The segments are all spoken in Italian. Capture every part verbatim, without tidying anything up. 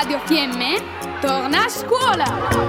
Radio Fiemme torna a scuola!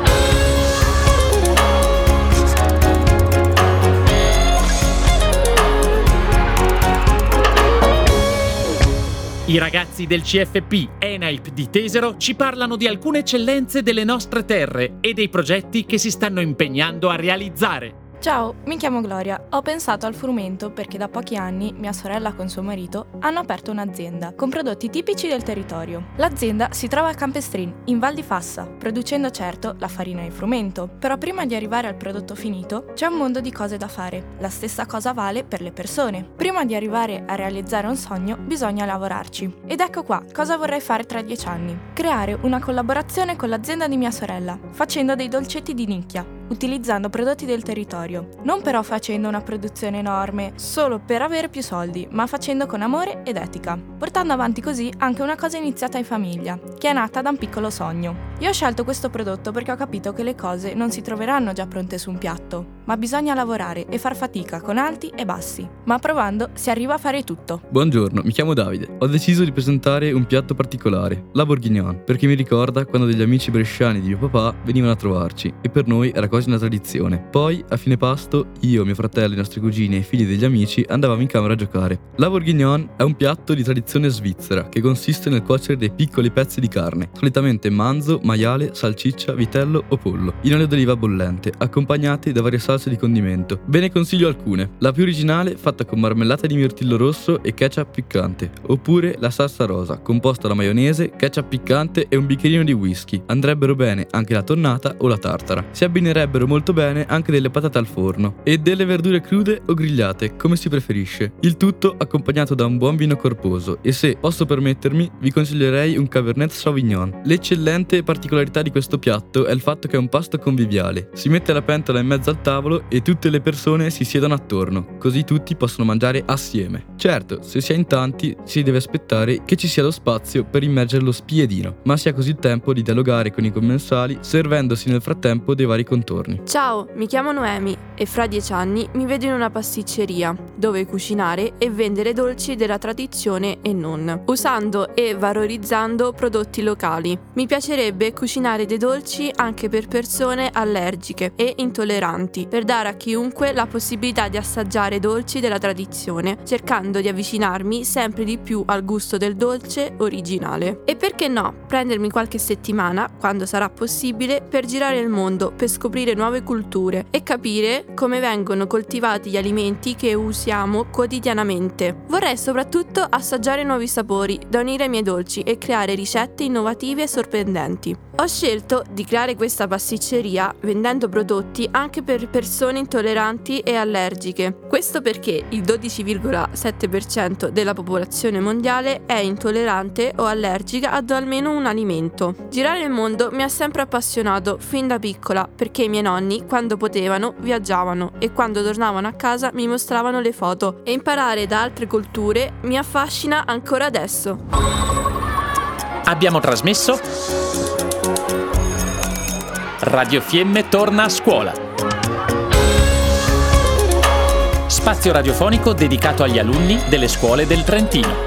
I ragazzi del C F P ENAIP di Tesero ci parlano di alcune eccellenze delle nostre terre e dei progetti che si stanno impegnando a realizzare. Ciao, mi chiamo Gloria. Ho pensato al frumento perché da pochi anni mia sorella con suo marito hanno aperto un'azienda con prodotti tipici del territorio. L'azienda si trova a Campestrin, in Val di Fassa, producendo certo la farina di frumento. Però prima di arrivare al prodotto finito c'è un mondo di cose da fare. La stessa cosa vale per le persone. Prima di arrivare a realizzare un sogno bisogna lavorarci. Ed ecco qua cosa vorrei fare tra dieci anni. Creare una collaborazione con l'azienda di mia sorella, facendo dei dolcetti di nicchia, utilizzando prodotti del territorio. Non però facendo una produzione enorme solo per avere più soldi, ma facendo con amore ed etica, portando avanti così anche una cosa iniziata in famiglia, che è nata da un piccolo sogno. Io ho scelto questo prodotto perché ho capito che le cose non si troveranno già pronte su un piatto, ma bisogna lavorare e far fatica con alti e bassi, ma provando si arriva a fare tutto. Buongiorno, mi chiamo Davide. Ho deciso di presentare un piatto particolare, la bourguignon, perché mi ricorda quando degli amici bresciani di mio papà venivano a trovarci e per noi era quasi una tradizione. Poi, a fine pasto, io, mio fratello, i nostri cugini e i figli degli amici andavamo in camera a giocare. La bourguignon è un piatto di tradizione svizzera che consiste nel cuocere dei piccoli pezzi di carne, solitamente manzo, maiale, salsiccia, vitello o pollo, in olio d'oliva bollente, accompagnati da varie salse di condimento. Ve ne consiglio alcune. La più originale, fatta con marmellata di mirtillo rosso e ketchup piccante, oppure la salsa rosa, composta da maionese, ketchup piccante e un bicchierino di whisky. Andrebbero bene anche la tonnata o la tartara. Si abbinerebbero molto bene anche delle patate al forno e delle verdure crude o grigliate, come si preferisce. Il tutto accompagnato da un buon vino corposo e, se posso permettermi, vi consiglierei un Cabernet Sauvignon. L'eccellente particolarità di questo piatto è il fatto che è un pasto conviviale. Si mette la pentola in mezzo al tavolo e tutte le persone si siedono attorno, così tutti possono mangiare assieme. Certo, se si è in tanti si deve aspettare che ci sia lo spazio per immergere lo spiedino, ma si ha così il tempo di dialogare con i commensali, servendosi nel frattempo dei vari contorni. Ciao, mi chiamo Noemi e fra dieci anni mi vedo in una pasticceria dove cucinare e vendere dolci della tradizione e non, usando e valorizzando prodotti locali. Mi piacerebbe cucinare dei dolci anche per persone allergiche e intolleranti, per dare a chiunque la possibilità di assaggiare dolci della tradizione, cercando di avvicinarmi sempre di più al gusto del dolce originale. E perché no, prendermi qualche settimana, quando sarà possibile, per girare il mondo, per scoprire nuove culture e capire come vengono coltivati gli alimenti che usiamo quotidianamente. Vorrei soprattutto assaggiare nuovi sapori da unire ai miei dolci e creare ricette innovative e sorprendenti. Ho scelto di creare questa pasticceria vendendo prodotti anche per persone intolleranti e allergiche. Questo perché il dodici virgola sette per cento della popolazione mondiale è intollerante o allergica ad almeno un alimento. Girare il mondo mi ha sempre appassionato fin da piccola, perché i miei nonni, quando potevano, viaggiavano e quando tornavano a casa mi mostravano le foto, e imparare da altre culture mi affascina ancora adesso. Abbiamo trasmesso Radio Fiemme torna a scuola. Spazio radiofonico dedicato agli alunni delle scuole del Trentino.